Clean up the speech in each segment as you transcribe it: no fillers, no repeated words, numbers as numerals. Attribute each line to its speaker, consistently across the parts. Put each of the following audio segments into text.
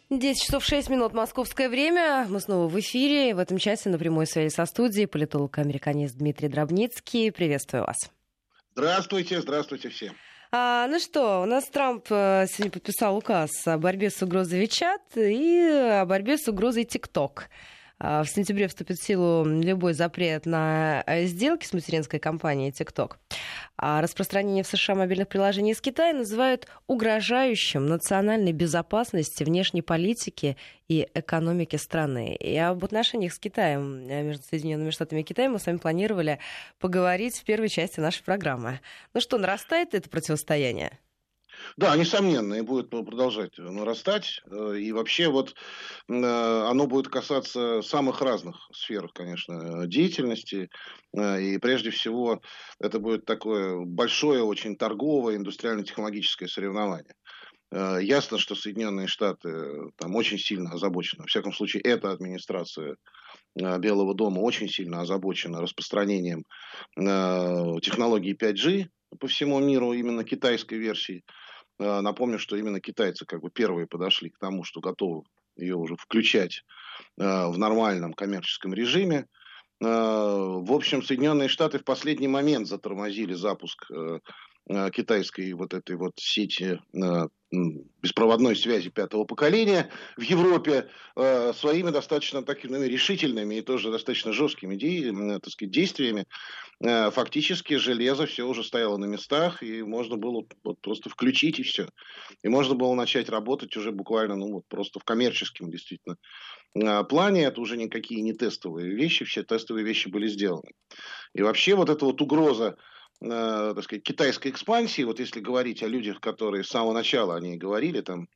Speaker 1: 10 часов 6 минут московское время. Мы снова в эфире. В этом часе на прямой связи со студией политолог-американист Дмитрий Дробницкий. Приветствую вас.
Speaker 2: Здравствуйте, здравствуйте всем.
Speaker 1: Ну что, у нас Трамп сегодня подписал указ о борьбе с угрозой WeChat и о борьбе с угрозой TikTok. В сентябре вступит в силу любой запрет на сделки с материнской компанией TikTok. А распространение в США мобильных приложений из Китая называют угрожающим национальной безопасности, внешней политике и экономике страны. И об отношениях с Китаем, между Соединенными Штатами и Китаем, мы с вами планировали поговорить в первой части нашей программы. Ну что, нарастает это противостояние?
Speaker 2: Да, несомненно, и будет продолжать нарастать. И вообще вот оно будет касаться самых разных сфер, конечно, деятельности. И прежде всего это будет такое большое, очень торговое, индустриально-технологическое соревнование. Ясно, что Соединенные Штаты там очень сильно озабочены. Во всяком случае, эта администрация Белого дома очень сильно озабочена распространением технологии 5G по всему миру, именно китайской версии. Напомню, что именно китайцы как бы первые подошли к тому, что готовы ее уже включать в нормальном коммерческом режиме. В общем, Соединенные Штаты в последний момент затормозили запуск китайской вот этой вот сети беспроводной связи пятого поколения в Европе своими достаточно такими решительными и тоже достаточно жесткими действиями. Фактически железо все уже стояло на местах, и можно было вот просто включить и все. И можно было начать работать уже буквально, просто в коммерческом действительно плане. Это уже никакие не тестовые вещи, все тестовые вещи были сделаны. И вообще вот эта вот угроза, так сказать, китайской экспансии, вот если говорить о людях, которые с самого начала о ней говорили, там,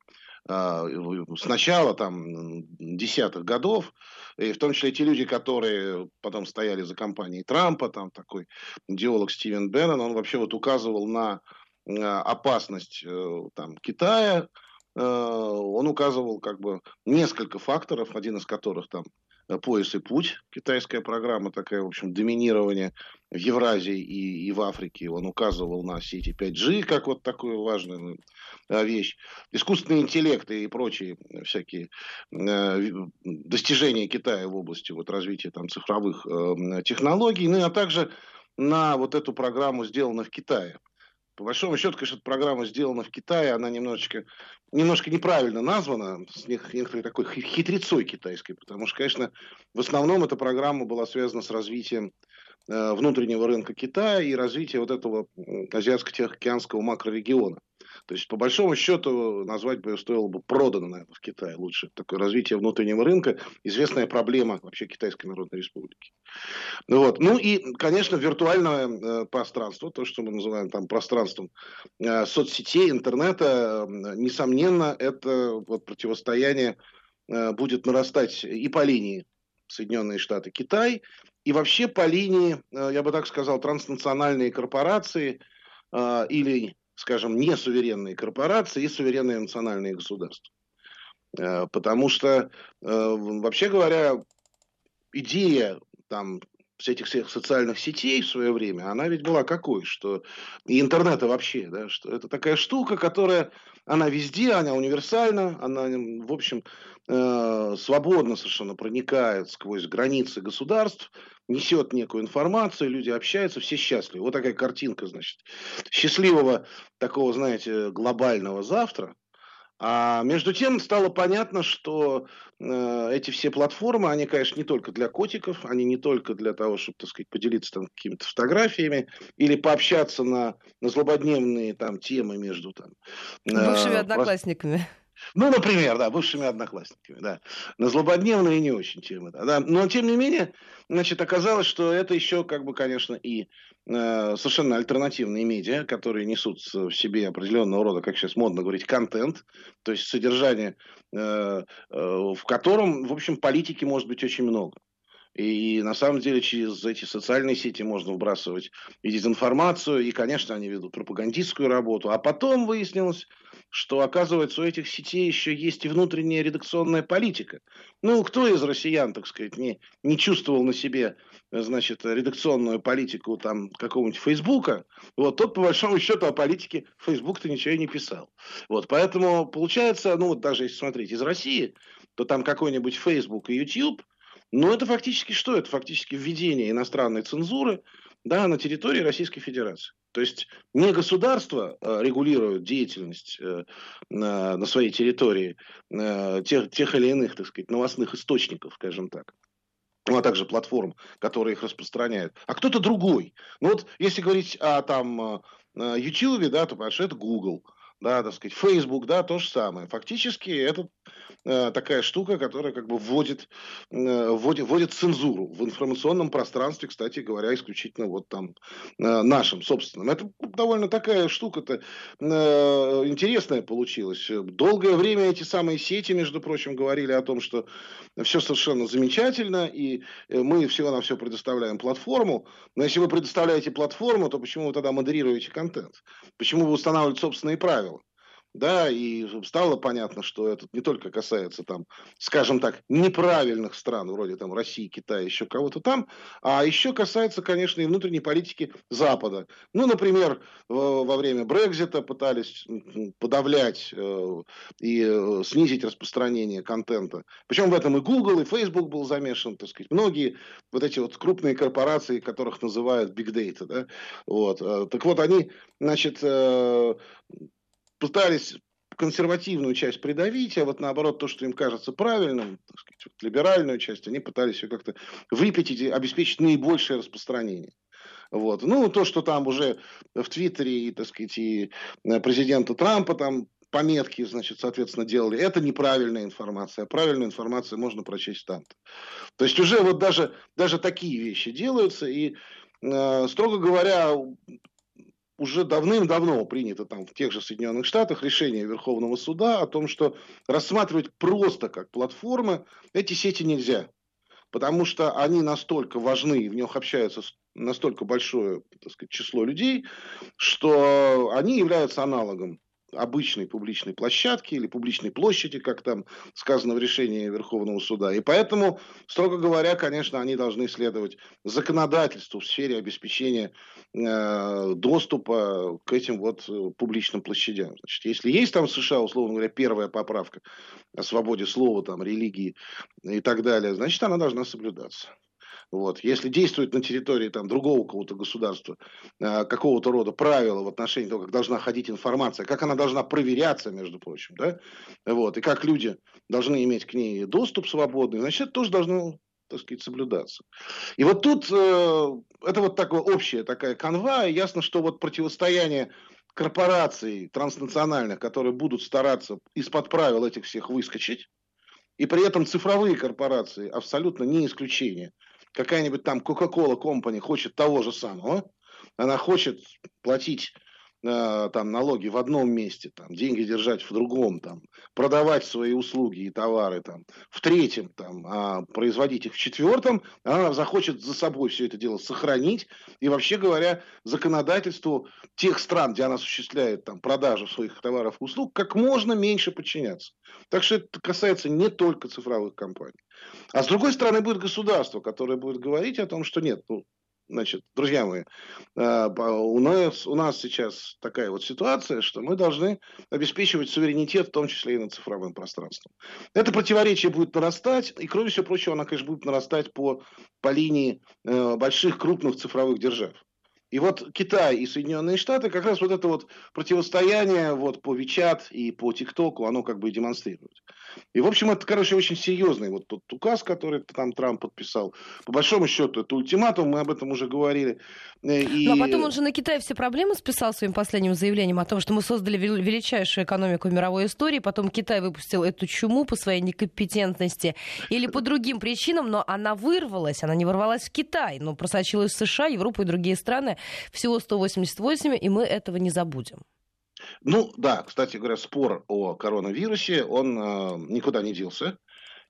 Speaker 2: с начала там, десятых годов, и в том числе те люди, которые потом стояли за кампанией Трампа, там такой идеолог Стивен Беннон, он вообще вот указывал на опасность там, Китая, он указывал как бы несколько факторов, один из которых там «Пояс и путь», китайская программа, такая, в общем, доминирование в Евразии и в Африке. Он указывал на сети 5G, как вот такую важную вещь. Искусственный интеллект и прочие всякие достижения Китая в области вот развития там, цифровых технологий, а также на вот эту программу «Сделано в Китае». По большому счету, конечно, эта программа сделана в Китае, она немножко неправильно названа, с некоторой такой хитрецой китайской, потому что, конечно, в основном эта программа была связана с развитием внутреннего рынка Китая и развитием вот этого азиатско-тихоокеанского макрорегиона. То есть, по большому счету, назвать бы стоило бы продано, наверное, в Китае лучше. Такое развитие внутреннего рынка, известная проблема вообще Китайской Народной Республики. Вот. Ну и, конечно, виртуальное пространство, то, что мы называем там пространством соцсетей, интернета, несомненно, это вот противостояние будет нарастать и по линии Соединенные Штаты, Китай, и вообще по линии, я бы так сказал, транснациональные корпорации или, скажем, несуверенные корпорации и суверенные национальные государства. Потому что, вообще говоря, идея там этих всех социальных сетей в свое время, она ведь была какой, что и интернета вообще, да, что это такая штука, которая, она везде, она универсальна, она, в общем, свободно совершенно проникает сквозь границы государств, несет некую информацию, люди общаются, все счастливы. Вот такая картинка, значит, счастливого такого, знаете, глобального завтра. А между тем стало понятно, что эти все платформы, они, конечно, не только для котиков, они не только для того, чтобы, так сказать, поделиться там какими-то фотографиями или пообщаться на злободневные там темы между там...
Speaker 1: Бывшими одноклассниками.
Speaker 2: Ну, например, да, бывшими одноклассниками, да. На злободневные не очень темы, да. Но, тем не менее, значит, оказалось, что это еще, как бы, конечно, и совершенно альтернативные медиа, которые несут в себе определенного рода, как сейчас модно говорить, контент, то есть содержание, в котором, в общем, политики может быть очень много. И на самом деле через эти социальные сети можно вбрасывать и дезинформацию, и, конечно, они ведут пропагандистскую работу. А потом выяснилось, что, оказывается, у этих сетей еще есть и внутренняя редакционная политика. Ну, кто из россиян, так сказать, не чувствовал на себе, значит, редакционную политику там какого-нибудь Фейсбука, вот, тот, по большому счету, о политике Фейсбук-то ничего и не писал. Вот, поэтому получается, ну, вот даже если смотреть из России, то там какой-нибудь Facebook и YouTube, но это фактически что? Это фактически введение иностранной цензуры, да, на территории Российской Федерации. То есть не государство регулирует деятельность на своей территории тех или иных, так сказать, новостных источников, скажем так, ну, а также платформ, которые их распространяют, а кто-то другой. Ну вот если говорить о там YouTube, да, то, понимаешь, это Google, да, так сказать, Facebook, да, то же самое. Фактически это такая штука, которая как бы вводит цензуру в информационном пространстве, кстати говоря, исключительно вот там нашим собственным. Это довольно такая штука-то интересная получилась. Долгое время эти самые сети, между прочим, говорили о том, что все совершенно замечательно, и мы всего на все предоставляем платформу. Но если вы предоставляете платформу, то почему вы тогда модерируете контент? Почему вы устанавливаете собственные правила? Да, и стало понятно, что это не только касается там, скажем так, неправильных стран, вроде там России, Китая, еще кого-то там, а еще касается, конечно, и внутренней политики Запада. Ну, например, во время Брексита пытались подавлять и снизить распространение контента. Причем в этом и Google, и Facebook был замешан, так сказать. Многие вот эти вот крупные корпорации, которых называют Big Data, да, вот. Так вот, они, значит, пытались консервативную часть придавить, а вот наоборот то, что им кажется правильным, так сказать, вот либеральную часть, они пытались ее как-то выпятить и обеспечить наибольшее распространение. Вот. Ну, то, что там уже в Твиттере и, так сказать, и президента Трампа там пометки, значит, соответственно, делали, это неправильная информация. Правильную информацию можно прочесть там-то. То есть уже вот даже такие вещи делаются, и, строго говоря, уже давным-давно принято там в тех же Соединенных Штатах решение Верховного суда о том, что рассматривать просто как платформы эти сети нельзя. Потому что они настолько важны, в них общаются настолько большое, так сказать, число людей, что они являются аналогом обычной публичной площадки или публичной площади, как там сказано в решении Верховного суда. И поэтому, строго говоря, конечно, они должны следовать законодательству в сфере обеспечения доступа к этим вот публичным площадям. Значит, если есть там в США, условно говоря, первая поправка о свободе слова, там, религии и так далее, значит, она должна соблюдаться. Вот. Если действует на территории там, другого какого-то государства какого-то рода правила в отношении того, как должна ходить информация, как она должна проверяться, между прочим, да? Вот. И как люди должны иметь к ней доступ свободный, значит, это тоже должно, так сказать, соблюдаться. И вот тут это вот такая общая такая канва, и ясно, что вот противостояние корпораций транснациональных, которые будут стараться из-под правил этих всех выскочить, и при этом цифровые корпорации абсолютно не исключение. Какая-нибудь там Coca-Cola Company хочет того же самого, она хочет платить там налоги в одном месте, там, деньги держать в другом, там, продавать свои услуги и товары там, в третьем, там, а производить их в четвертом, она захочет за собой все это дело сохранить и, вообще говоря, законодательству тех стран, где она осуществляет там, продажу своих товаров и услуг, как можно меньше подчиняться. Так что это касается не только цифровых компаний. А с другой стороны будет государство, которое будет говорить о том, что нет, ну, значит, друзья мои, у нас сейчас такая вот ситуация, что мы должны обеспечивать суверенитет, в том числе и над цифровым пространством. Это противоречие будет нарастать, и, кроме всего прочего, оно, конечно, будет нарастать по линии больших, крупных цифровых держав. И вот Китай и Соединенные Штаты как раз вот это вот противостояние вот по WeChat и по ТикТоку, оно как бы и демонстрирует. И, в общем, это, короче, очень серьезный вот тот указ, который там Трамп подписал. По большому счету, это ультиматум, мы об этом уже говорили.
Speaker 1: Ну, а потом он же на Китай все проблемы списал своим последним заявлением о том, что мы создали величайшую экономику в мировой истории, потом Китай выпустил эту чуму по своей некомпетентности или по другим причинам, но она вырвалась, она не ворвалась в Китай, но просочилась в США, Европу и другие страны. Всего 188, и мы этого не забудем. Ну, да, кстати говоря, спор о коронавирусе, он никуда не делся.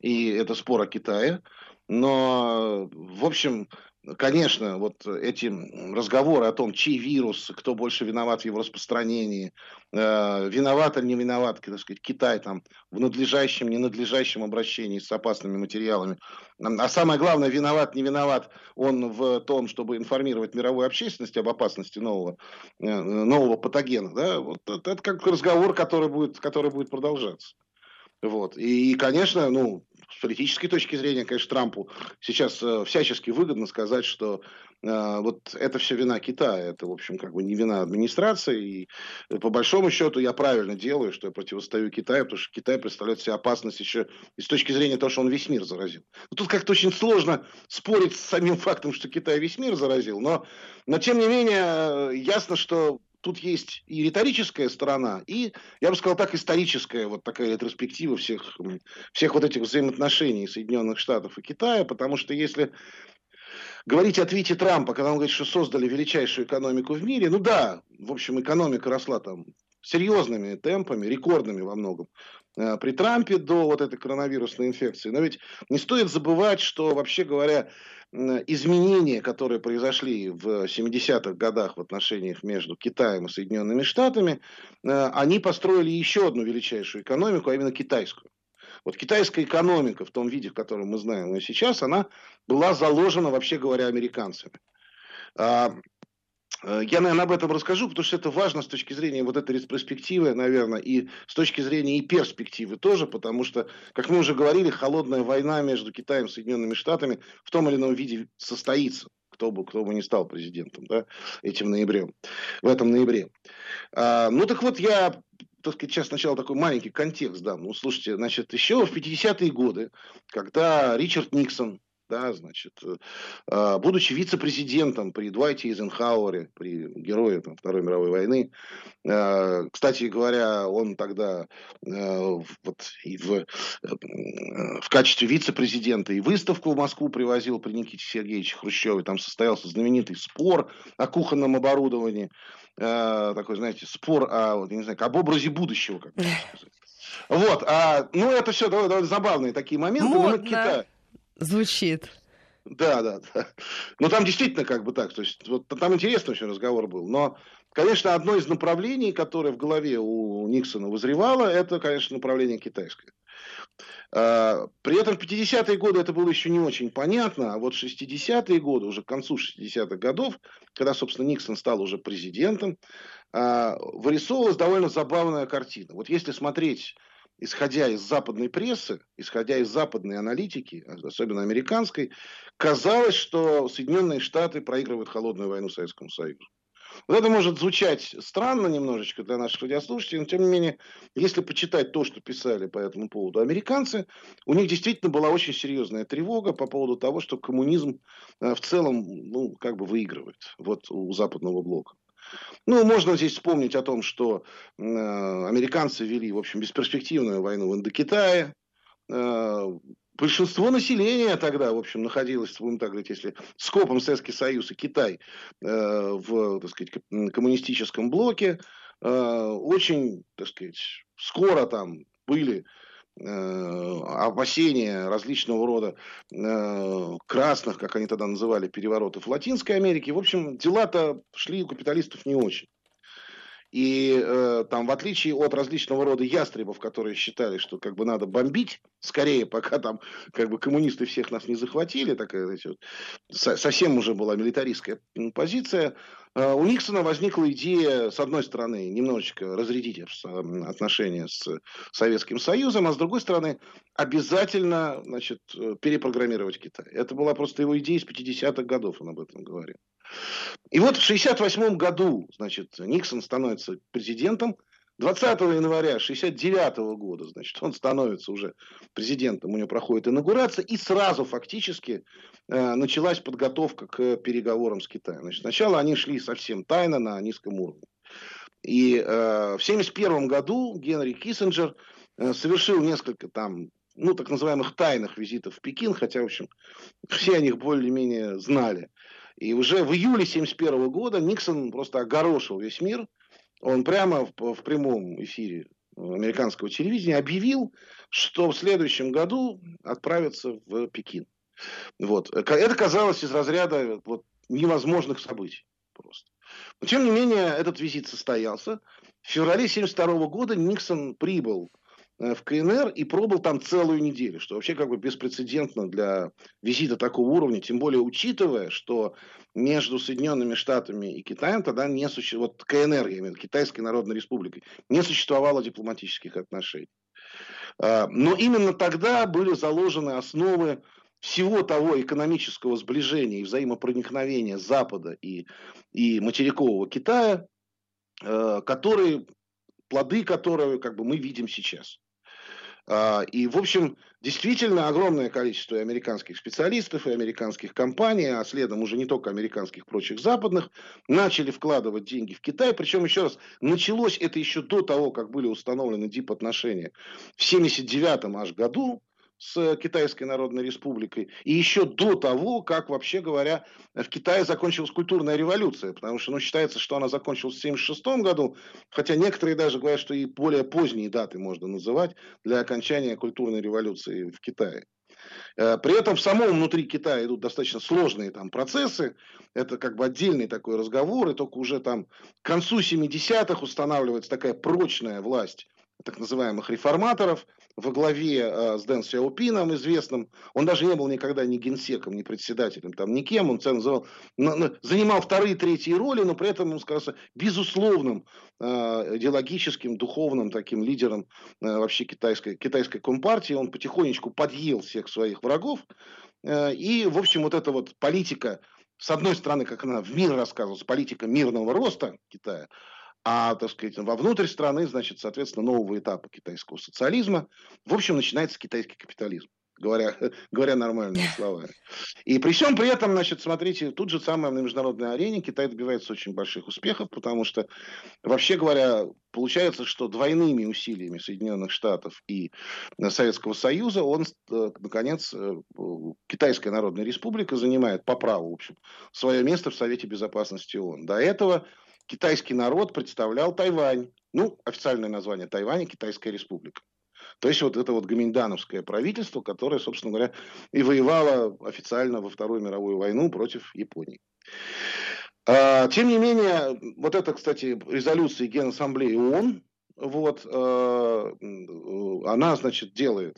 Speaker 2: и это спор о Китае. Но, в общем, конечно, вот эти разговоры о том, чей вирус, кто больше виноват в его распространении, виноват или не виноват, так сказать, Китай там в надлежащем, ненадлежащем обращении с опасными материалами. А самое главное, виноват, не виноват он в том, чтобы информировать мировую общественность об опасности нового патогена. Да? Вот это как разговор, который будет продолжаться. Вот. И, конечно, ну, с политической точки зрения, конечно, Трампу сейчас всячески выгодно сказать, что вот это все вина Китая, это, в общем, как бы не вина администрации, и по большому счету я правильно делаю, что я противостою Китаю, потому что Китай представляет себе опасность еще и с точки зрения того, что он весь мир заразил. Но тут как-то очень сложно спорить с самим фактом, что Китай весь мир заразил, но тем не менее ясно, что тут есть и риторическая сторона, и, я бы сказал так, историческая вот такая ретроспектива всех вот этих взаимоотношений Соединенных Штатов и Китая, потому что если говорить о твите Трампа, когда он говорит, что создали величайшую экономику в мире, ну да, в общем, экономика росла там серьезными темпами, рекордными во многом, при Трампе до вот этой коронавирусной инфекции. Но ведь не стоит забывать, что, вообще говоря, изменения, которые произошли в 70-х годах в отношениях между Китаем и Соединенными Штатами, они построили еще одну величайшую экономику, а именно китайскую. Вот китайская экономика в том виде, в котором мы знаем ее сейчас, она была заложена, вообще говоря, американцами. Я, наверное, об этом расскажу, потому что это важно с точки зрения вот этой ретроспективы, наверное, и с точки зрения и перспективы тоже, потому что, как мы уже говорили, холодная война между Китаем и Соединенными Штатами в том или ином виде состоится, кто бы ни стал президентом, да, в этом ноябре. Ну, так вот, я, так сказать, сейчас сначала такой маленький контекст дам. Ну, слушайте, значит, еще в 50-е годы, когда Ричард Никсон, да, значит, будучи вице-президентом при Дуайте Эйзенхауэре, при герое там, Второй мировой войны, кстати говоря, он тогда вот и в качестве вице-президента и выставку в Москву привозил при Никите Сергеевиче Хрущеве, там состоялся знаменитый спор о кухонном оборудовании, такой, знаете, спор о, не знаю, об образе будущего, как можно сказать. Вот, ну это все довольно забавные такие моменты, но мы к Китаю.
Speaker 1: Звучит.
Speaker 2: Да. Но там действительно как бы так. То есть, вот, там интересный очень разговор был. Но, конечно, одно из направлений, которое в голове у Никсона вызревало, это, конечно, направление китайское. При этом в 50-е годы это было еще не очень понятно, а вот в 60-е годы, уже к концу 60-х годов, когда, собственно, Никсон стал уже президентом, вырисовывалась довольно забавная картина. Вот если смотреть, исходя из западной прессы, исходя из западной аналитики, особенно американской, казалось, что Соединенные Штаты проигрывают холодную войну Советскому Союзу. Вот это может звучать странно немножечко для наших радиослушателей, но тем не менее, если почитать то, что писали по этому поводу американцы, у них действительно была очень серьезная тревога по поводу того, что коммунизм в целом, ну, как бы выигрывает вот у западного блока. Ну, можно здесь вспомнить о том, что американцы вели, в общем, бесперспективную войну в Индокитае. Большинство населения тогда, в общем, находилось, будем так говорить, если скопом Советский Союз и Китай в, так сказать, коммунистическом блоке, очень, так сказать, скоро там были опасения различного рода красных, как они тогда называли, переворотов в Латинской Америке. В общем, дела-то шли у капиталистов не очень. И там, в отличие от различного рода ястребов, которые считали, что как бы надо бомбить скорее, пока там как бы коммунисты всех нас не захватили, такая, знаете, вот, совсем уже была милитаристская позиция, у Никсона возникла идея, с одной стороны, немножечко разрядить отношения с Советским Союзом, а с другой стороны, обязательно, значит, перепрограммировать Китай. Это была просто его идея из 50-х годов, он об этом говорил. И вот в 1968 году, значит, Никсон становится президентом. 20 января 1969 года, значит, он становится уже президентом, у него проходит инаугурация, и сразу фактически началась подготовка к переговорам с Китаем. Значит, сначала они шли совсем тайно на низком уровне. И в 1971 году Генри Киссинджер совершил несколько там, ну, так называемых тайных визитов в Пекин, хотя, в общем, все о них более-менее знали. И уже в июле 1971 года Никсон просто огорошил весь мир. Он прямо в прямом эфире американского телевидения объявил, что в следующем году отправится в Пекин. Вот. Это казалось из разряда вот, невозможных событий просто. Но, тем не менее, этот визит состоялся. В феврале 1972 года Никсон прибыл в КНР и пробыл там целую неделю, что вообще как бы беспрецедентно для визита такого уровня, тем более учитывая, что между Соединенными Штатами и Китаем тогда не существовало, вот КНР, я имею в виду, Китайской Народной Республикой, не существовало дипломатических отношений. Но именно тогда были заложены основы всего того экономического сближения и взаимопроникновения Запада и материкового Китая, плоды которого как бы, мы видим сейчас. И, в общем, действительно огромное количество и американских специалистов, и американских компаний, а следом уже не только американских, прочих западных, начали вкладывать деньги в Китай. Причем, еще раз, началось это еще до того, как были установлены дипотношения в 1979 аж году с Китайской Народной Республикой, и еще до того, как, вообще говоря, в Китае закончилась культурная революция, потому что считается, что она закончилась в 1976 году, хотя некоторые даже говорят, что и более поздние даты можно называть для окончания культурной революции в Китае. При этом в самом внутри Китая идут достаточно сложные там процессы, это как бы отдельный такой разговор, и только уже там к концу 70-х устанавливается такая прочная власть так называемых реформаторов во главе с Дэн Сяопином известным. Он даже не был никогда ни генсеком, ни председателем, там, никем. Он занимал вторые, третьи роли, но при этом он сказался безусловным идеологическим, духовным таким лидером вообще китайской компартии. Он потихонечку подъел всех своих врагов. И, в общем, вот эта вот политика, с одной стороны, как она в мир рассказывалась, политика мирного роста Китая, а, так сказать, вовнутрь страны, значит, соответственно, нового этапа китайского социализма. В общем, начинается китайский капитализм, говоря нормальными словами. И при всем при этом, значит, смотрите, тут же самое на международной арене Китай добивается очень больших успехов, потому что, вообще говоря, получается, что двойными усилиями Соединенных Штатов и Советского Союза наконец, Китайская Народная Республика занимает по праву, в общем, свое место в Совете Безопасности ООН. До этого китайский народ представлял Тайвань. Официальное название Тайваня – Китайская Республика. То есть, вот это вот гоминдановское правительство, которое, собственно говоря, и воевало официально во Вторую мировую войну против Японии. Тем не менее, вот это, кстати, резолюция Генассамблеи ООН, вот, она, значит, делает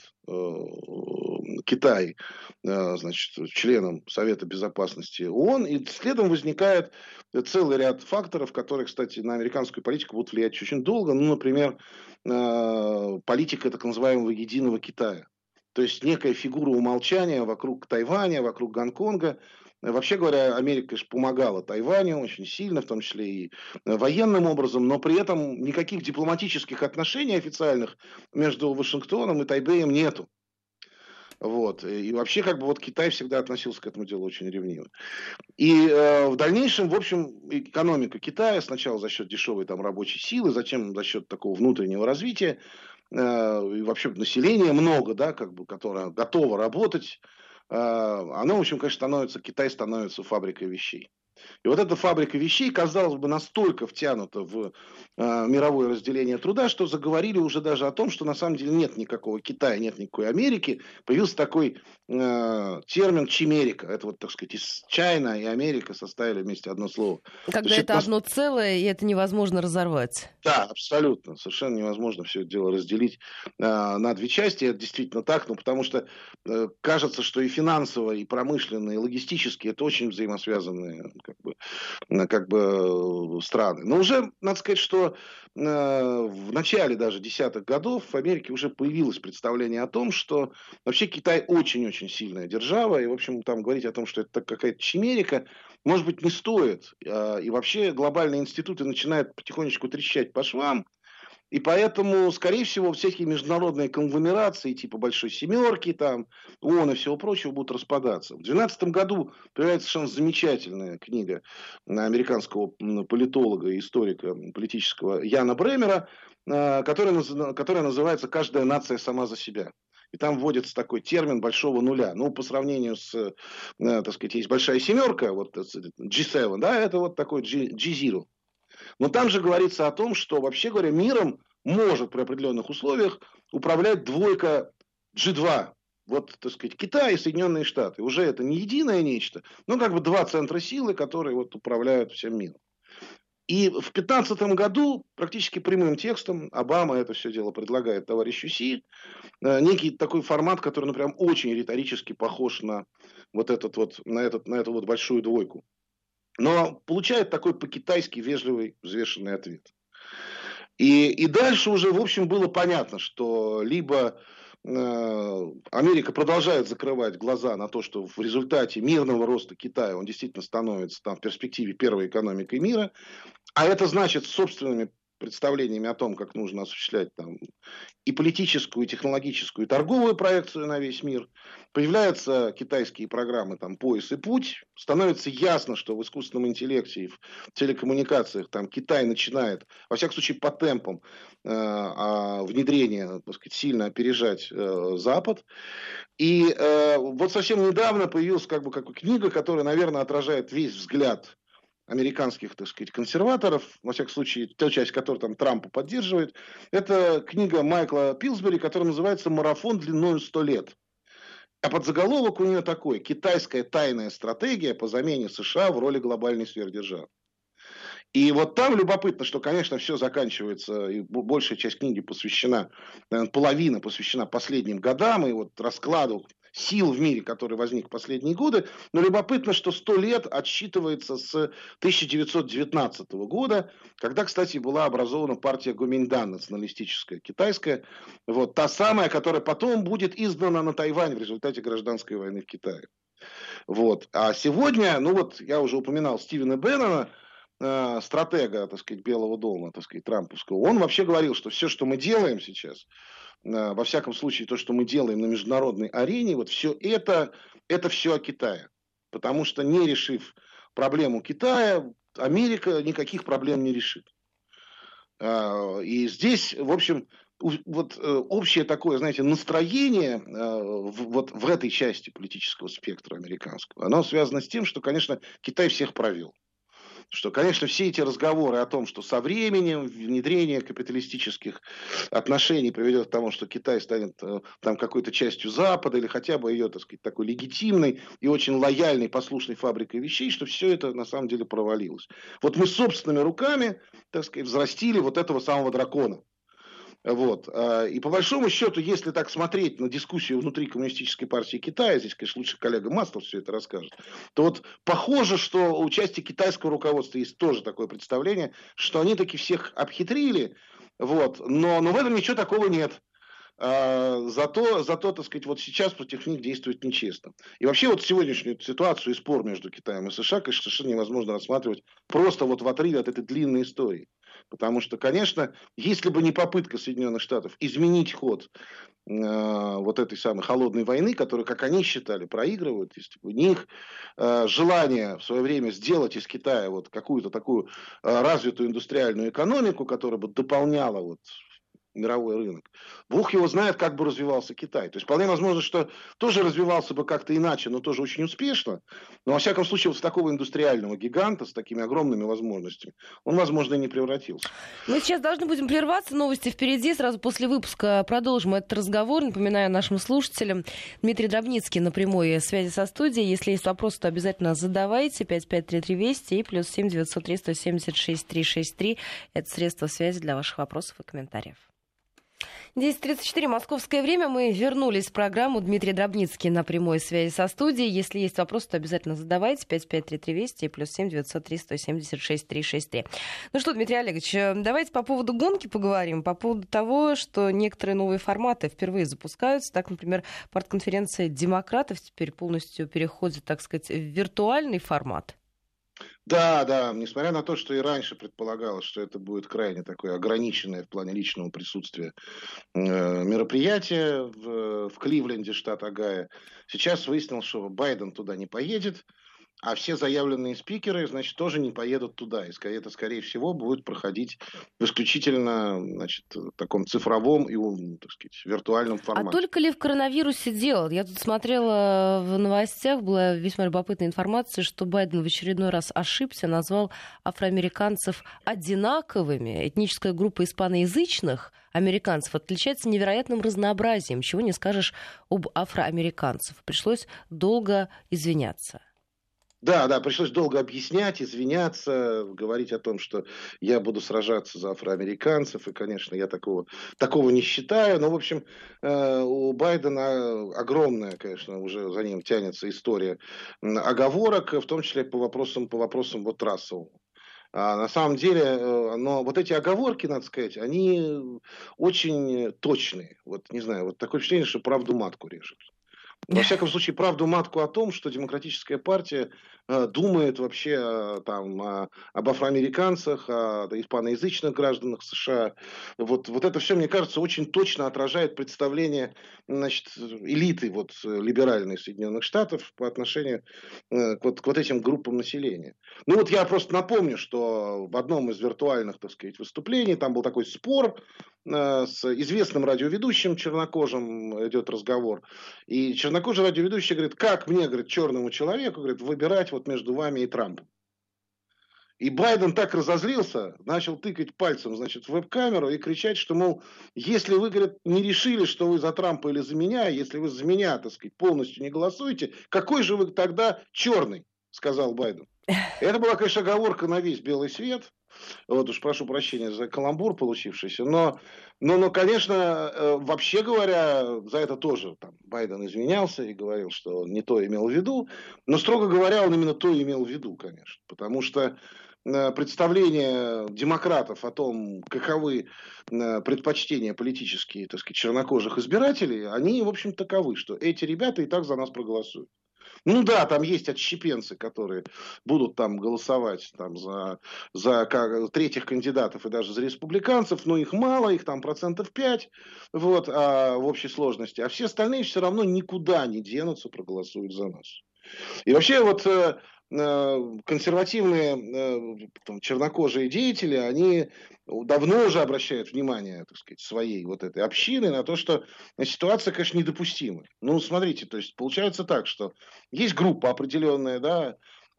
Speaker 2: Китай, значит, членом Совета Безопасности ООН, и следом возникает целый ряд факторов, которые, кстати, на американскую политику будут влиять очень долго. Например, политика так называемого единого Китая. То есть некая фигура умолчания вокруг Тайваня, вокруг Гонконга. Вообще говоря, Америка, конечно, помогала Тайваню очень сильно, в том числе и военным образом, но при этом никаких дипломатических отношений официальных между Вашингтоном и Тайбэем нету. Вот. И вообще, как бы, вот Китай всегда относился к этому делу очень ревниво. И в дальнейшем, в общем, экономика Китая сначала за счет дешевой там рабочей силы, затем за счет такого внутреннего развития, и вообще населения много, да, как бы, которое готово работать, оно, в общем, конечно, Китай становится фабрикой вещей. И вот эта фабрика вещей, казалось бы, настолько втянута в мировое разделение труда, что заговорили уже даже о том, что на самом деле нет никакого Китая, нет никакой Америки. Появился такой термин «чимерика». Это вот, так сказать, из Чайна и Америка составили вместе одно слово.
Speaker 1: Когда это одно целое, и это невозможно разорвать.
Speaker 2: Да, абсолютно. Совершенно невозможно все это дело разделить на две части. Это действительно так, потому что кажется, что и финансово, и промышленно, и логистически это очень взаимосвязанные как бы страны. Но уже, надо сказать, что в начале даже десятых годов в Америке уже появилось представление о том, что вообще Китай очень-очень сильная держава, и, в общем, там говорить о том, что это какая-то чимерика, может быть, не стоит. И вообще глобальные институты начинают потихонечку трещать по швам, и поэтому, скорее всего, всякие международные конгломерации, типа Большой Семерки, там, ООН и всего прочего, будут распадаться. В 2012 году появляется совершенно замечательная книга американского политолога и историка политического Яна Бремера, которая называется «Каждая нация сама за себя». И там вводится такой термин большого нуля. По сравнению с, так сказать, есть большая семерка, вот G7, да, это вот такой G0. Но там же говорится о том, что, вообще говоря, миром может при определенных условиях управлять двойка G2. Вот, так сказать, Китай и Соединенные Штаты. Уже это не единое нечто, но как бы два центра силы, которые вот управляют всем миром. И в 2015 году практически прямым текстом Обама это все дело предлагает товарищу Си. Некий такой формат, который, ну, прям очень риторически похож на вот этот вот, на эту вот большую двойку. Но получает такой по-китайски вежливый, взвешенный ответ. И дальше уже, в общем, было понятно, что либо Америка продолжает закрывать глаза на то, что в результате мирного роста Китая он действительно становится там в перспективе первой экономикой мира, а это значит собственными представлениями о том, как нужно осуществлять там и политическую, и технологическую, и торговую проекцию на весь мир. Появляются китайские программы там «Пояс и путь». Становится ясно, что в искусственном интеллекте и в телекоммуникациях там Китай начинает, во всяком случае по темпам внедрения, так сказать, сильно опережать Запад. И вот совсем недавно появилась как книга, которая, наверное, отражает весь взгляд американских, так сказать, консерваторов, во всяком случае, та часть, которая там Трампа поддерживает, это книга Майкла Пилсбери, которая называется «Марафон длиною 100 лет». А подзаголовок у нее такой: «Китайская тайная стратегия по замене США в роли глобальной сверхдержавы». И вот там любопытно, что, конечно, все заканчивается, и большая часть книги посвящена, наверное, половина посвящена последним годам и вот раскладу сил в мире, который возник в последние годы. Но любопытно, что 100 лет отсчитывается с 1919 года, когда, кстати, была образована партия Гоминьдан, националистическая китайская. Вот, та самая, которая потом будет изгнана на Тайвань в результате гражданской войны в Китае. Вот. А сегодня, ну вот я уже упоминал Стивена Беннона, стратега, так сказать, Белого дома, так сказать, трамповского, он вообще говорил, что все, что мы делаем сейчас, во всяком случае, то, что мы делаем на международной арене, вот все это все о Китае. Потому что, не решив проблему Китая, Америка никаких проблем не решит. И здесь, в общем, вот общее такое, знаете, настроение вот в этой части политического спектра американского, оно связано с тем, что, конечно, Китай всех провел. Что, конечно, все эти разговоры о том, что со временем внедрение капиталистических отношений приведет к тому, что Китай станет там какой-то частью Запада или хотя бы ее, так сказать, такой легитимной и очень лояльной, послушной фабрикой вещей, что все это на самом деле провалилось. Вот мы собственными руками, так сказать, взрастили вот этого самого дракона. Вот. И по большому счету, если так смотреть на дискуссию внутри Коммунистической партии Китая, здесь, конечно, лучше коллега Маслов все это расскажет, то вот похоже, что у части китайского руководства есть тоже такое представление, что они таки всех обхитрили, вот, но в этом ничего такого нет. Зато, так сказать, вот сейчас против них действует нечестно. И вообще вот сегодняшнюю ситуацию и спор между Китаем и США, конечно, совершенно невозможно рассматривать просто вот в отрыве от этой длинной истории. Потому что, конечно, если бы не попытка Соединенных Штатов изменить ход вот этой самой холодной войны, которую, как они считали, проигрывают, если бы не их желание в свое время сделать из Китая вот какую-то такую развитую индустриальную экономику, которая бы дополняла вот мировой рынок. Бог его знает, как бы развивался Китай. То есть вполне возможно, что тоже развивался бы как-то иначе, но тоже очень успешно. Но во всяком случае, вот в такого индустриального гиганта с такими огромными возможностями он, возможно, и не превратился.
Speaker 1: Мы сейчас должны будем прерваться. Новости впереди. Сразу после выпуска продолжим этот разговор. Напоминаю нашим слушателям: Дмитрий Дробницкий на прямой связи со студией. Если есть вопросы, то обязательно задавайте. 553320 и +7 903 176 363. Это средства связи для ваших вопросов и комментариев. 10:34, московское время. Мы вернулись в программу. Дмитрий Дробницкий на прямой связи со студией. Если есть вопросы, то обязательно задавайте. 553320 и +7 903 176 363. Ну что, Дмитрий Олегович, давайте по поводу гонки поговорим. По поводу того, что некоторые новые форматы впервые запускаются. Так, например, партконференция демократов теперь полностью переходит, так сказать, в виртуальный формат.
Speaker 2: Да, несмотря на то, что и раньше предполагалось, что это будет крайне такое ограниченное в плане личного присутствия мероприятие в Кливленде, штат Огайо, сейчас выяснилось, что Байден туда не поедет, а все заявленные спикеры, значит, тоже не поедут туда. И это, скорее всего, будет проходить в исключительно, значит, таком цифровом и, так сказать, виртуальном
Speaker 1: А
Speaker 2: формате.
Speaker 1: только ли в коронавирусе дело? Я тут смотрела в новостях, была весьма любопытная информация, что Байден в очередной раз ошибся, назвал афроамериканцев одинаковыми. Этническая группа испаноязычных американцев отличается невероятным разнообразием, чего не скажешь об афроамериканцах. Пришлось долго извиняться.
Speaker 2: Да, да, пришлось долго объяснять, извиняться, говорить о том, что я буду сражаться за афроамериканцев, и, конечно, я такого не считаю. Но, в общем, у Байдена огромная, конечно, уже за ним тянется история оговорок, в том числе по вопросам вот расовым. А на самом деле, но вот эти оговорки, надо сказать, они очень точные. Вот, не знаю, вот такое впечатление, что правду матку режет. Во всяком случае, правду матку о том, что Демократическая партия думает вообще об афроамериканцах, о испаноязычных гражданах США. Вот это все, мне кажется, очень точно отражает представление, значит, элиты либеральной Соединенных Штатов по отношению к вот этим группам населения. Ну вот я просто напомню, что в одном из виртуальных, так сказать, выступлений там был такой спор с известным радиоведущим чернокожим, идет разговор. И чернокожий радиоведущий говорит, как мне, говорит, черному человеку, говорит, выбирать вот между вами и Трампом. И Байден так разозлился, начал тыкать пальцем, значит, в веб-камеру и кричать, что, мол, если вы, говорит, не решили, что вы за Трампа или за меня, если вы за меня, так сказать, полностью не голосуете, какой же вы тогда черный, сказал Байден. Это была, конечно, оговорка на весь белый свет. Вот уж прошу прощения за каламбур получившийся. Но, конечно, вообще говоря, за это тоже Байден извинялся и говорил, что он не то имел в виду. Но, строго говоря, он именно то имел в виду, конечно. Потому что представление демократов о том, каковы предпочтения политические, так сказать, чернокожих избирателей, они, в общем, таковы, что эти ребята и так за нас проголосуют. Ну да, там есть отщепенцы, которые будут там голосовать за третьих кандидатов и даже за республиканцев, но их мало, их там 5%, в общей сложности. А все остальные все равно никуда не денутся, проголосуют за нас. И вообще консервативные чернокожие деятели, они давно уже обращают внимание, так сказать, своей вот этой общины на то, что ситуация, конечно, недопустимая. Ну, смотрите, то есть получается так, что есть группа определенная, да,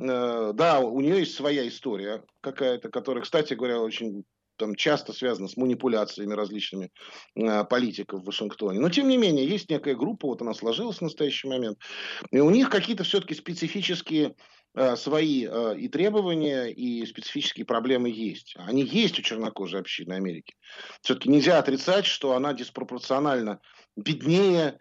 Speaker 2: у нее есть своя история какая-то, которая, кстати говоря, очень часто связана с манипуляциями различными политиков в Вашингтоне. Но, тем не менее, есть некая группа, вот она сложилась в настоящий момент, и у них какие-то все-таки специфические свои и требования, и специфические проблемы есть. Они есть у чернокожей общины Америки. Все-таки нельзя отрицать, что она диспропорционально беднее,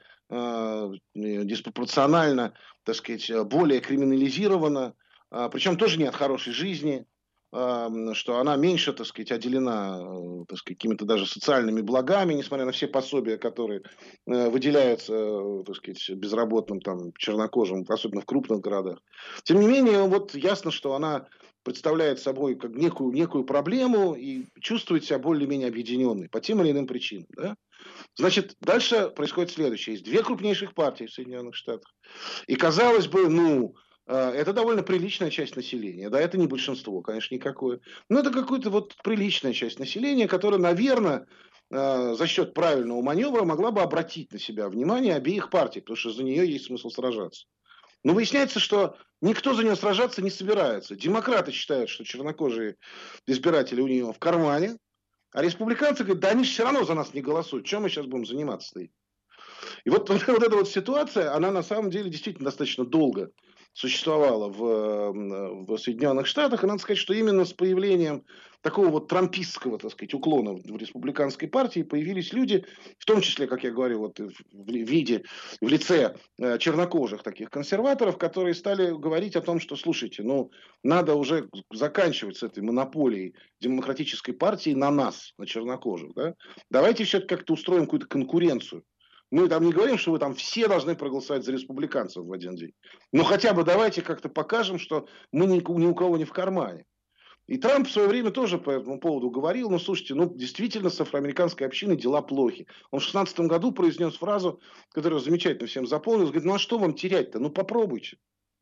Speaker 2: диспропорционально, так сказать, более криминализирована, причем тоже не от хорошей жизни, что она меньше, так сказать, отделена, так сказать, какими-то даже социальными благами, несмотря на все пособия, которые выделяются, так сказать, безработным чернокожим, особенно в крупных городах. Тем не менее, вот ясно, что она представляет собой как некую проблему и чувствует себя более-менее объединенной по тем или иным причинам. Да? Значит, дальше происходит следующее. Есть две крупнейших партии в Соединенных Штатах. И казалось бы, это довольно приличная часть населения. Да, это не большинство, конечно, никакое. Но это какая-то приличная часть населения, которая, наверное, за счет правильного маневра могла бы обратить на себя внимание обеих партий, потому что за нее есть смысл сражаться. Но выясняется, что никто за нее сражаться не собирается. Демократы считают, что чернокожие избиратели у нее в кармане, а республиканцы говорят, да они же все равно за нас не голосуют, чем мы сейчас будем заниматься-то? И вот эта ситуация, она на самом деле действительно достаточно долго существовала в Соединенных Штатах. И надо сказать, что именно с появлением такого трампистского, так сказать, уклона в республиканской партии появились люди, в том числе, как я говорю, в лице чернокожих таких консерваторов, которые стали говорить о том, что, слушайте, надо уже заканчивать с этой монополией демократической партии на нас, на чернокожих. Да? Давайте все-таки как-то устроим какую-то конкуренцию. Мы там не говорим, что вы там все должны проголосовать за республиканцев в один день. Но хотя бы давайте как-то покажем, что мы ни у кого не в кармане. И Трамп в свое время тоже по этому поводу говорил, слушайте, действительно с афроамериканской общиной дела плохи. Он в 2016 году произнес фразу, которую замечательно всем запомнил, говорит, а что вам терять-то? Попробуйте.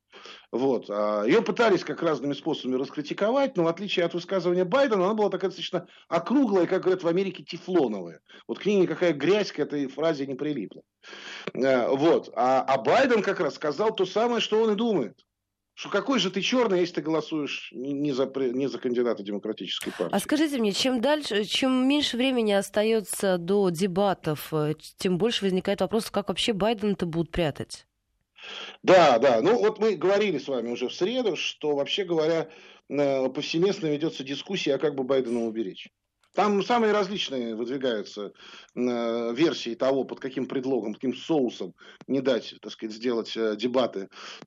Speaker 2: Вот. Ее пытались как разными способами раскритиковать, но в отличие от высказывания Байдена, она была такая достаточно округлая, как говорят в Америке, тефлоновая. Вот к ней никакая грязь к этой фразе не прилипла. Вот. А Байден как раз сказал то самое, что он и думает. Что какой же ты черный, если ты голосуешь не за кандидата демократической партии.
Speaker 1: А скажите мне, чем дальше, чем меньше времени остается до дебатов, тем больше возникает вопрос, как вообще Байдена-то будут прятать?
Speaker 2: Да, да. Ну, вот мы говорили с вами уже в среду, что, вообще говоря, повсеместно ведется дискуссия, а как бы Байдена уберечь. Там самые различные выдвигаются версии того, под каким предлогом, каким соусом не дать, так сказать, сделать дебаты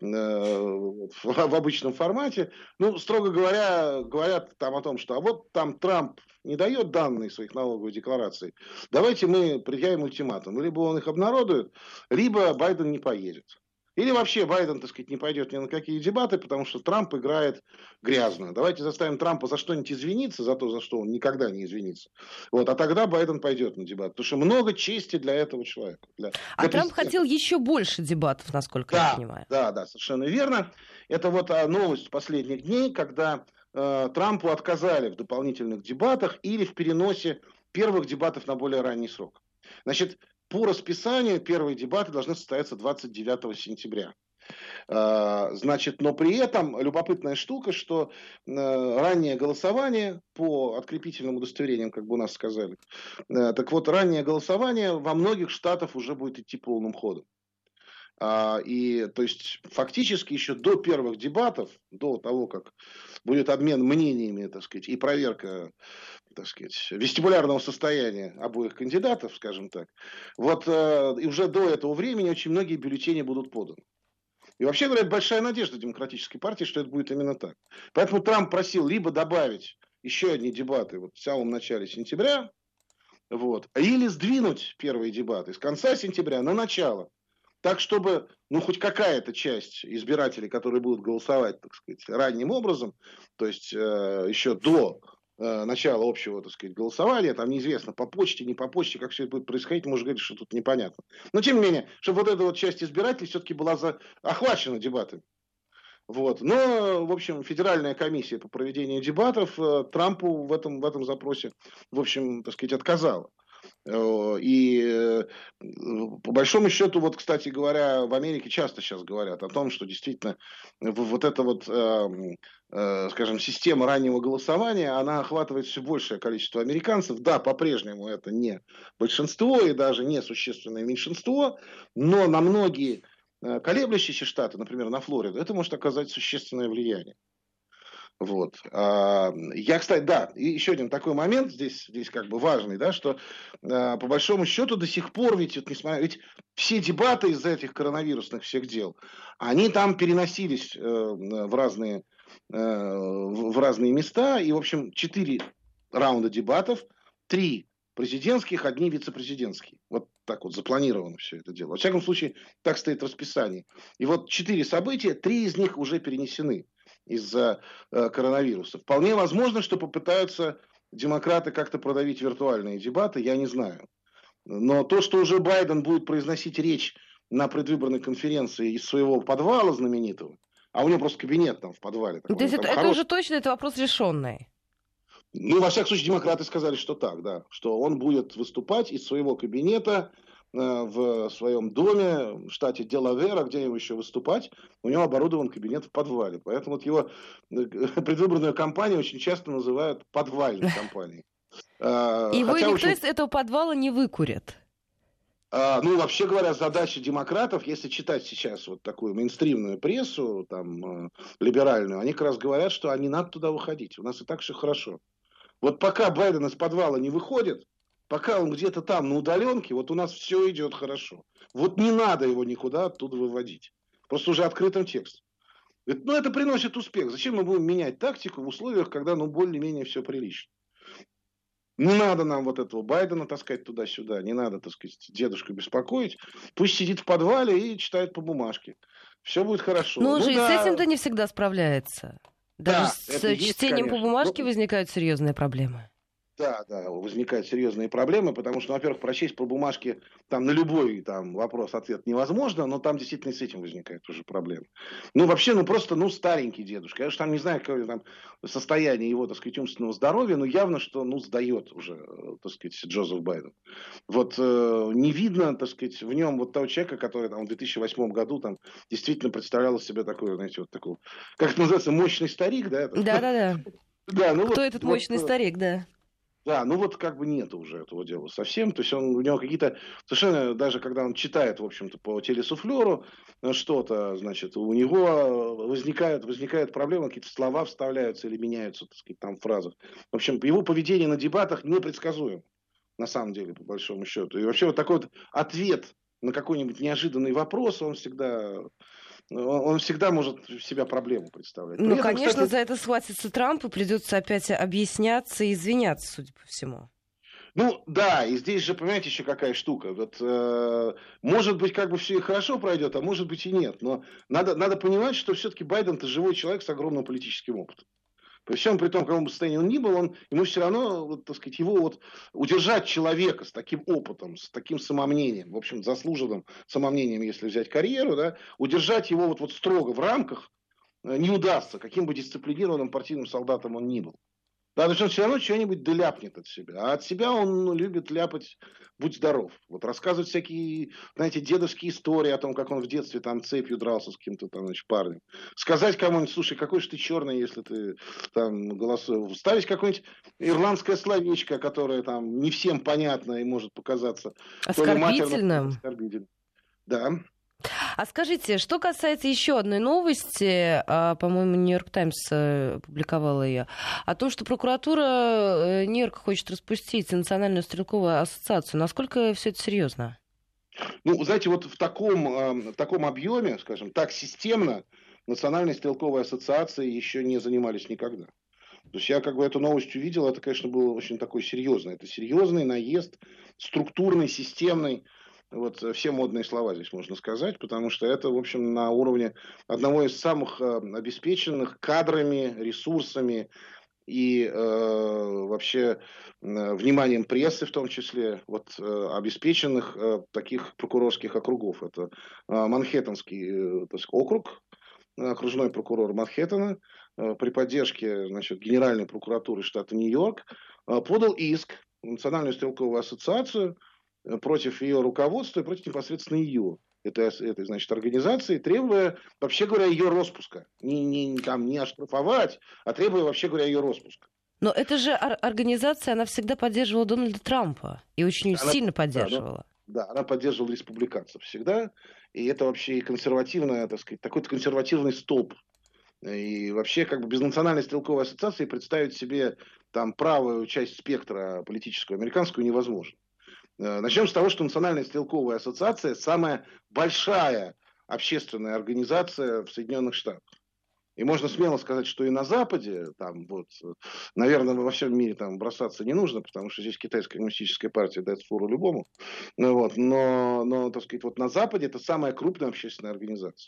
Speaker 2: в обычном формате. Ну, строго говоря, говорят там о том, что а вот там Трамп не дает данные своих налоговых деклараций. Давайте мы предъявим ультиматум. Либо он их обнародует, либо Байден не поедет. Или вообще Байден, так сказать, не пойдет ни на какие дебаты, потому что Трамп играет грязную. Давайте заставим Трампа за что-нибудь извиниться, за то, за что он никогда не извинится. Вот, а тогда Байден пойдет на дебаты. Потому что много чести для этого человека. Для
Speaker 1: Трамп хотел еще больше дебатов, насколько я понимаю.
Speaker 2: Да, совершенно верно. Это вот новость последних дней, когда Трампу отказали в дополнительных дебатах или в переносе первых дебатов на более ранний срок. Значит, по расписанию первые дебаты должны состояться 29 сентября. Значит, но при этом любопытная штука, что раннее голосование по открепительным удостоверениям, как бы у нас сказали, так вот, раннее голосование во многих штатах уже будет идти полным ходом. И, то есть, фактически еще до первых дебатов, до того, как будет обмен мнениями, так сказать, и проверка, так сказать, вестибулярного состояния обоих кандидатов, скажем так, вот и уже до этого времени очень многие бюллетени будут поданы. И вообще, говорят, большая надежда демократической партии, что это будет именно так. Поэтому Трамп просил либо добавить еще одни дебаты вот в самом начале сентября, вот, или сдвинуть первые дебаты с конца сентября на начало. Так, чтобы, ну, хоть какая-то часть избирателей, которые будут голосовать, так сказать, ранним образом, то есть еще до начала общего, так сказать, голосования, там неизвестно, по почте, не по почте, как все это будет происходить, можно говорить, что тут непонятно. Но, тем не менее, чтобы вот эта вот часть избирателей все-таки была охвачена дебатами. Вот. Но, в общем, Федеральная комиссия по проведению дебатов Трампу в этом запросе, в общем, так сказать, отказала. И по большому счету, вот, кстати говоря, в Америке часто сейчас говорят о том, что действительно вот эта вот, скажем, система раннего голосования, она охватывает все большее количество американцев. Да, по-прежнему это не большинство и даже не существенное меньшинство, но на многие колеблющиеся штаты, например, на Флориду, это может оказать существенное влияние. Вот. Я, кстати, да, и еще один такой момент здесь как бы важный, да, что по большому счету до сих пор ведь все дебаты из-за этих коронавирусных всех дел, они там переносились в разные места, и, в общем, 4 раунда дебатов, 3 президентских, 1 вице-президентский. Вот так вот запланировано все это дело. Во всяком случае, так стоит в расписании. И вот 4 события, 3 из них уже перенесены из-за коронавируса. Вполне возможно, что попытаются демократы как-то продавить виртуальные дебаты, я не знаю. Но то, что уже Байден будет произносить речь на предвыборной конференции из своего подвала знаменитого, а у него просто кабинет там в подвале.
Speaker 1: То есть это уже точно это вопрос решенный?
Speaker 2: Ну, во всяком случае, демократы сказали, что так, да. Что он будет выступать из своего кабинета в своем доме в штате Делавера, где ему еще выступать, у него оборудован кабинет в подвале. Поэтому вот его предвыборную кампанию очень часто называют подвальной кампанией.
Speaker 1: Его никто из этого подвала не выкурит.
Speaker 2: Ну, вообще говоря, задача демократов, если читать сейчас вот такую мейнстримную прессу, там, либеральную, они как раз говорят, что не надо туда выходить. У нас и так все хорошо. Вот пока Байден из подвала не выходит, пока он где-то там на удаленке, вот у нас все идет хорошо. Вот не надо его никуда оттуда выводить. Просто уже открытым текстом. Ну, это приносит успех. Зачем мы будем менять тактику в условиях, когда, ну, более-менее все прилично? Не надо нам вот этого Байдена таскать туда-сюда. Не надо, так сказать, дедушку беспокоить. Пусть сидит в подвале и читает по бумажке. Все будет хорошо.
Speaker 1: Но он же и с этим-то не всегда справляется. Даже с чтением по бумажке возникают серьезные проблемы.
Speaker 2: Да, да, возникают серьезные проблемы, потому что, во-первых, прочесть по бумажке там на любой там вопрос ответ невозможно, но там действительно с этим возникает уже проблема. Ну, вообще, ну просто, ну, старенький дедушка. Я же там не знаю, какое там состояние его, так сказать, умственного здоровья, но явно, что, ну, сдает уже, так сказать, Джозеф Байден. Вот не видно, так сказать, в нем вот того человека, который там в 2008 году там действительно представлял из себя такой, знаете, вот такой, как это называется, мощный старик, да, это?
Speaker 1: Да-да-да.
Speaker 2: Да, ну
Speaker 1: Кто
Speaker 2: вот,
Speaker 1: этот мощный старик, да?
Speaker 2: да, ну вот как бы нет уже этого дела совсем. То есть он, у него какие-то совершенно, даже когда он читает, в общем-то, по телесуфлеру что-то, значит, у него возникает проблема, какие-то слова вставляются или меняются, так сказать, там в фразах. В общем, его поведение на дебатах непредсказуемо, на самом деле, по большому счету. И вообще вот такой вот ответ на какой-нибудь неожиданный вопрос, он всегда может в себя проблему представлять.
Speaker 1: Ну,
Speaker 2: При этом,
Speaker 1: конечно,
Speaker 2: кстати,
Speaker 1: за это схватится Трамп, и придется опять объясняться и извиняться, судя по всему.
Speaker 2: ну да, и здесь же, понимаете, еще какая штука. Вот, может быть, как бы все и хорошо пройдет, а может быть и нет. Но надо понимать, что все-таки Байден-то живой человек с огромным политическим опытом. При всем при том, в каком бы состоянии он ни был, ему все равно, вот, так сказать, его вот удержать человека с таким опытом, с таким самомнением, в общем, заслуженным самомнением, если взять карьеру, да, удержать его вот строго в рамках не удастся, каким бы дисциплинированным партийным солдатом он ни был. Да, то есть он все равно что-нибудь доляпнет от себя. А от себя он любит ляпать «будь здоров». Вот рассказывать всякие, знаете, дедовские истории о том, как он в детстве там цепью дрался с каким-то там, значит, парнем. Сказать кому-нибудь: слушай, какой же ты черный, если ты там голосуешь. Вставить какое-нибудь ирландское словечко, которое там не всем понятно и может показаться то ли матерным, то ли
Speaker 1: Оскорбительным.
Speaker 2: оскорбительным. Да.
Speaker 1: А скажите, что касается еще одной новости, по-моему, Нью-Йорк Таймс публиковала ее, о том, что прокуратура Нью-Йорка хочет распустить Национальную стрелковую ассоциацию. Насколько все это серьезно?
Speaker 2: Ну, знаете, вот в таком объеме, скажем, так системно Национальной стрелковой ассоциацией еще не занимались никогда. То есть я как бы эту новость увидел, это, конечно, было очень такой серьезный. Это серьезный наезд, структурный, системный. Вот все модные слова здесь можно сказать, потому что это, в общем, на уровне одного из самых обеспеченных кадрами, ресурсами и вообще вниманием прессы в том числе, вот обеспеченных таких прокурорских округов. Это Манхэттенский так сказать, округ, окружной прокурор Манхэттена при поддержке, значит, Генеральной прокуратуры штата Нью-Йорк подал иск в Национальную стрелковую ассоциацию против ее руководства и против непосредственно ее этой, значит, организации, требуя, вообще говоря, ее распуска. Не оштрафовать, а требуя, вообще говоря, ее распуска.
Speaker 1: Но эта же организация, она всегда поддерживала Дональда Трампа и очень
Speaker 2: Она,
Speaker 1: сильно
Speaker 2: да,
Speaker 1: поддерживала.
Speaker 2: да, она поддерживала республиканцев всегда, и это вообще консервативная, так сказать, такой-то консервативный столб. И вообще, как бы без Национальной стрелковой ассоциации представить себе там правую часть спектра политического американского невозможно. Начнем с того, что Национальная стрелковая ассоциация самая большая общественная организация в Соединенных Штатах. И можно смело сказать, что и на Западе, там вот, наверное, во всем мире там бросаться не нужно, потому что здесь китайская коммунистическая партия дает фору любому. Ну, вот, но, так сказать, вот на Западе это самая крупная общественная организация.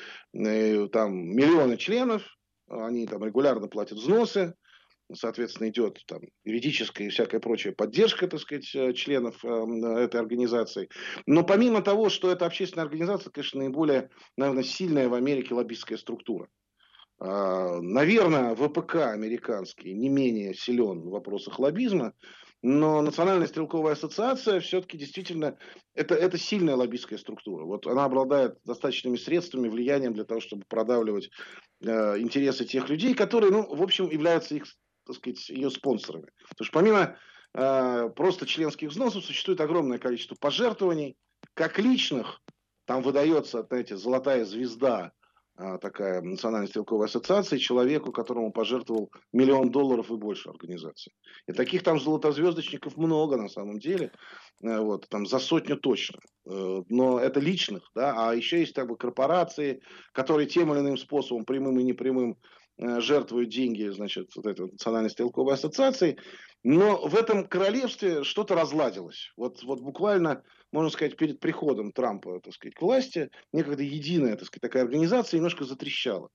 Speaker 2: И там миллионы членов, они там регулярно платят взносы, соответственно, идет там юридическая и всякая прочая поддержка, так сказать, членов этой организации. Но помимо того, что это общественная организация, конечно, наиболее, наверное, сильная в Америке лоббистская структура. Наверное, ВПК американский не менее силен в вопросах лоббизма, но Национальная стрелковая ассоциация все-таки действительно это сильная лоббистская структура. Вот она обладает достаточными средствами, влиянием для того, чтобы продавливать интересы тех людей, которые, ну, в общем, являются их, так сказать, ее спонсорами. Потому что помимо просто членских взносов существует огромное количество пожертвований, как личных, там выдается, знаете, золотая звезда такая Национальная стрелковая ассоциация человеку, которому пожертвовал $1 миллион и больше организации. И таких там золотозвездочников много на самом деле, вот, там за 100 точно. Но это личных, да, а еще есть как бы корпорации, которые тем или иным способом, прямым и непрямым, жертвуют деньги, значит, вот этой Национальной стрелковой ассоциации. Но в этом королевстве что-то разладилось. Вот буквально, можно сказать, перед приходом Трампа, так сказать, к власти, некогда единая, так сказать, такая организация немножко затрещала.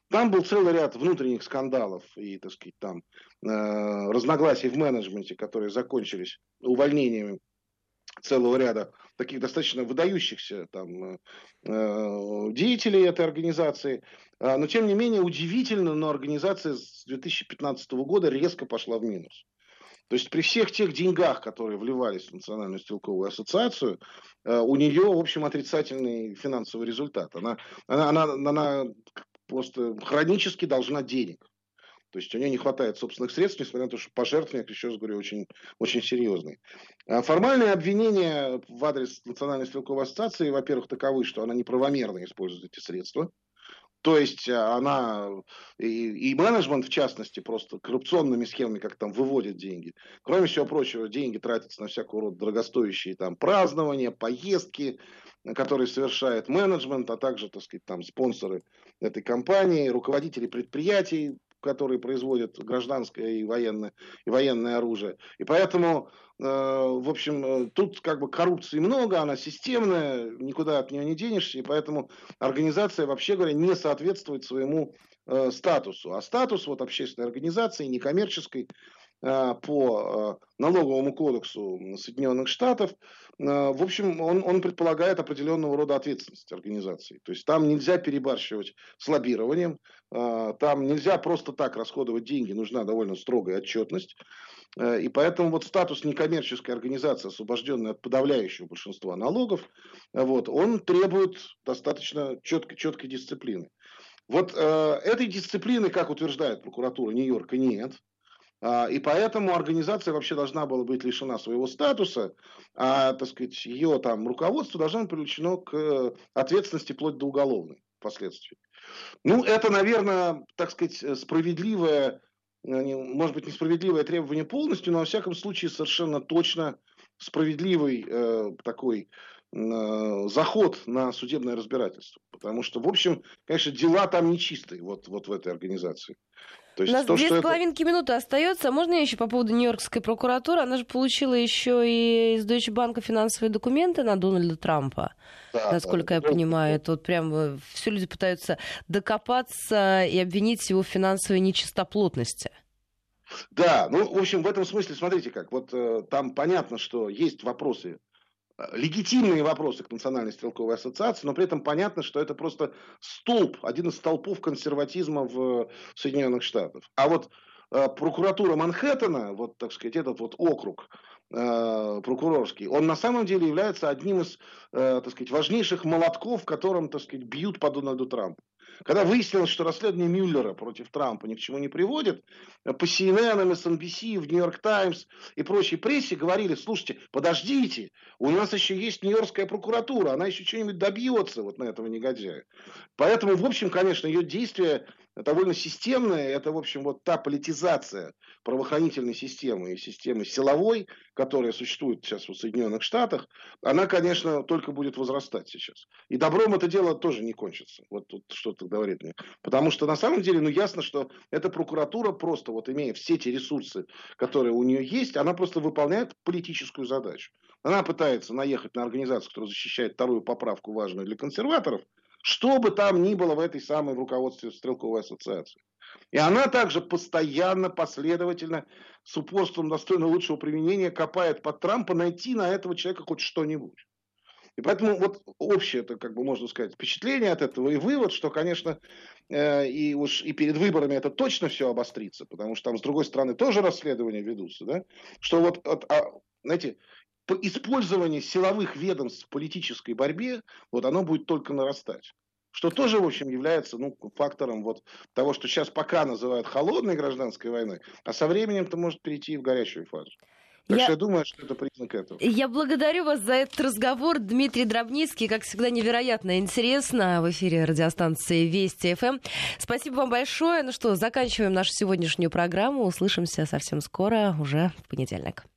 Speaker 2: Там был целый ряд внутренних скандалов и, так сказать, там разногласий в менеджменте, которые закончились увольнениями целого ряда таких достаточно выдающихся там, деятелей этой организации. Но, тем не менее, удивительно, но организация с 2015 года резко пошла в минус. То есть при всех тех деньгах, которые вливались в Национальную стрелковую ассоциацию, у нее, в общем, отрицательный финансовый результат. Она просто хронически должна денег. То есть у нее не хватает собственных средств, несмотря на то, что пожертвования, еще раз говорю, очень, очень серьезные. Формальные обвинения в адрес Национальной стрелковой ассоциации, во-первых, таковы, что она неправомерно использует эти средства. То есть она и менеджмент, в частности, просто коррупционными схемами, как там выводит деньги. Кроме всего прочего, деньги тратятся на всякого рода дорогостоящие там празднования, поездки, которые совершает менеджмент, а также, так сказать, там спонсоры этой компании, руководители предприятий, которые производят гражданское и военное оружие. И поэтому, в общем, тут как бы коррупции много, она системная, никуда от нее не денешься, и поэтому организация, вообще говоря, не соответствует своему статусу. А статус вот общественной организации, некоммерческой, по налоговому кодексу Соединенных Штатов, в общем, он предполагает определенного рода ответственность организации. То есть там нельзя перебарщивать с лоббированием, там нельзя просто так расходовать деньги, нужна довольно строгая отчетность. И поэтому вот статус некоммерческой организации, освобожденной от подавляющего большинства налогов, вот, он требует достаточно четкой дисциплины. Вот этой дисциплины, как утверждает прокуратура Нью-Йорка, нет. И поэтому организация вообще должна была быть лишена своего статуса, а, так сказать, ее там руководство должно быть привлечено к ответственности вплоть до уголовной впоследствии. Ну, это, наверное, так сказать, справедливое, может быть, несправедливое требование полностью, но, во всяком случае, совершенно точно справедливый такой заход на судебное разбирательство. Потому что, в общем, конечно, дела там нечистые вот в этой организации.
Speaker 1: То есть у нас 2,5 минуты остается. Можно я еще по поводу Нью-Йоркской прокуратуры? Она же получила еще и из Deutsche Bank финансовые документы на Дональда Трампа. Да, насколько я понимаю, тут прям все люди пытаются докопаться и обвинить его в финансовой нечистоплотности.
Speaker 2: Да, ну, в общем, в этом смысле, смотрите как, вот там понятно, что есть вопросы, легитимные вопросы к Национальной стрелковой ассоциации, но при этом понятно, что это просто столб, один из столпов консерватизма в Соединенных Штатах. А вот прокуратура Манхэттена, вот, так сказать, этот вот округ прокурорский, он на самом деле является одним из, так сказать, важнейших молотков, которым, так сказать, бьют по Дональду Трампу. Когда выяснилось, что расследование Мюллера против Трампа ни к чему не приводит, по CNN, MSNBC, в Нью-Йорк Таймс и прочей прессе говорили: слушайте, подождите, у нас еще есть Нью-Йоркская прокуратура, она еще что-нибудь добьется вот на этого негодяя. Поэтому, в общем, конечно, ее действия довольно системные. Это, в общем, вот та политизация правоохранительной системы и системы силовой, которая существует сейчас в Соединенных Штатах, она, конечно, только будет возрастать сейчас. И добром это дело тоже не кончится. Вот тут что-то говорит мне. Потому что на самом деле, ну, ясно, что эта прокуратура просто, вот имея все те ресурсы, которые у нее есть, она просто выполняет политическую задачу. Она пытается наехать на организацию, которая защищает вторую поправку, важную для консерваторов, что бы там ни было в этой самой в руководстве стрелковой ассоциации. И она также постоянно, последовательно, с упорством достойного лучшего применения копает под Трампа найти на этого человека хоть что-нибудь. И поэтому вот общее, это, как бы можно сказать, впечатление от этого и вывод, что, конечно, и перед выборами это точно все обострится, потому что там, с другой стороны, тоже расследования ведутся, да? Что вот, знаете, использование силовых ведомств в политической борьбе, вот оно будет только нарастать. Что тоже, в общем, является фактором вот того, что сейчас пока называют холодной гражданской войной, а со временем это может перейти в горячую фазу. Так что я думаю, что это признак этого.
Speaker 1: Я благодарю вас за этот разговор. Дмитрий Дробницкий, как всегда, невероятно интересно в эфире радиостанции Вести ФМ. Спасибо вам большое. Ну что, заканчиваем нашу сегодняшнюю программу. Услышимся совсем скоро, уже в понедельник.